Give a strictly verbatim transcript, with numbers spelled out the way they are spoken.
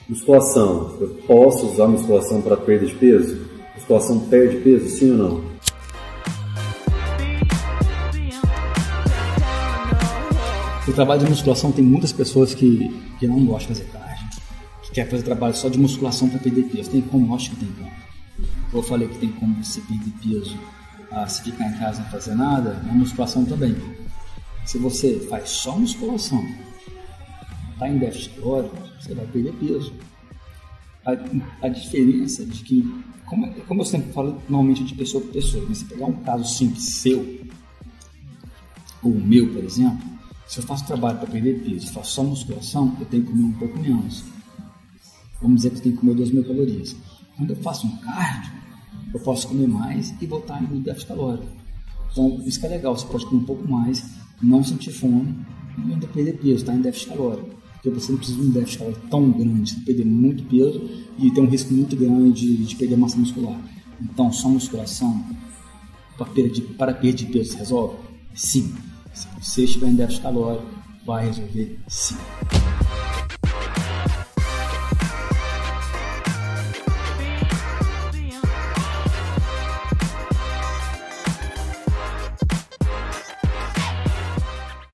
Musculação, eu posso usar musculação para perda de peso? Musculação perde peso, sim ou não? O trabalho de musculação tem muitas pessoas que, que não gostam de fazer cardio, que querem fazer trabalho só de musculação para perder peso. Tem como? Acho que tem como. Eu falei que tem como você perder peso ah, se ficar em casa e não fazer nada, na musculação também. Se você faz só musculação, está em déficit calórico, você vai perder peso. A, a diferença é de que, como, como eu sempre falo, normalmente de pessoa para pessoa, mas se pegar um caso simples seu, ou o meu, por exemplo, se eu faço trabalho para perder peso, faço só musculação, eu tenho que comer um pouco menos. Vamos dizer que eu tenho que comer duas mil calorias. Quando eu faço um cardio, eu posso comer mais e voltar em déficit calórico. Então, isso que é legal, você pode comer um pouco mais, não sentir fome e ainda perder peso, está em déficit calórico. Porque você não precisa de um déficit calórico tão grande, você perder muito peso e tem um risco muito grande de, de perder massa muscular. Então, só musculação para perder, para perder peso se resolve? Sim. Se você estiver em déficit calórico, vai resolver sim.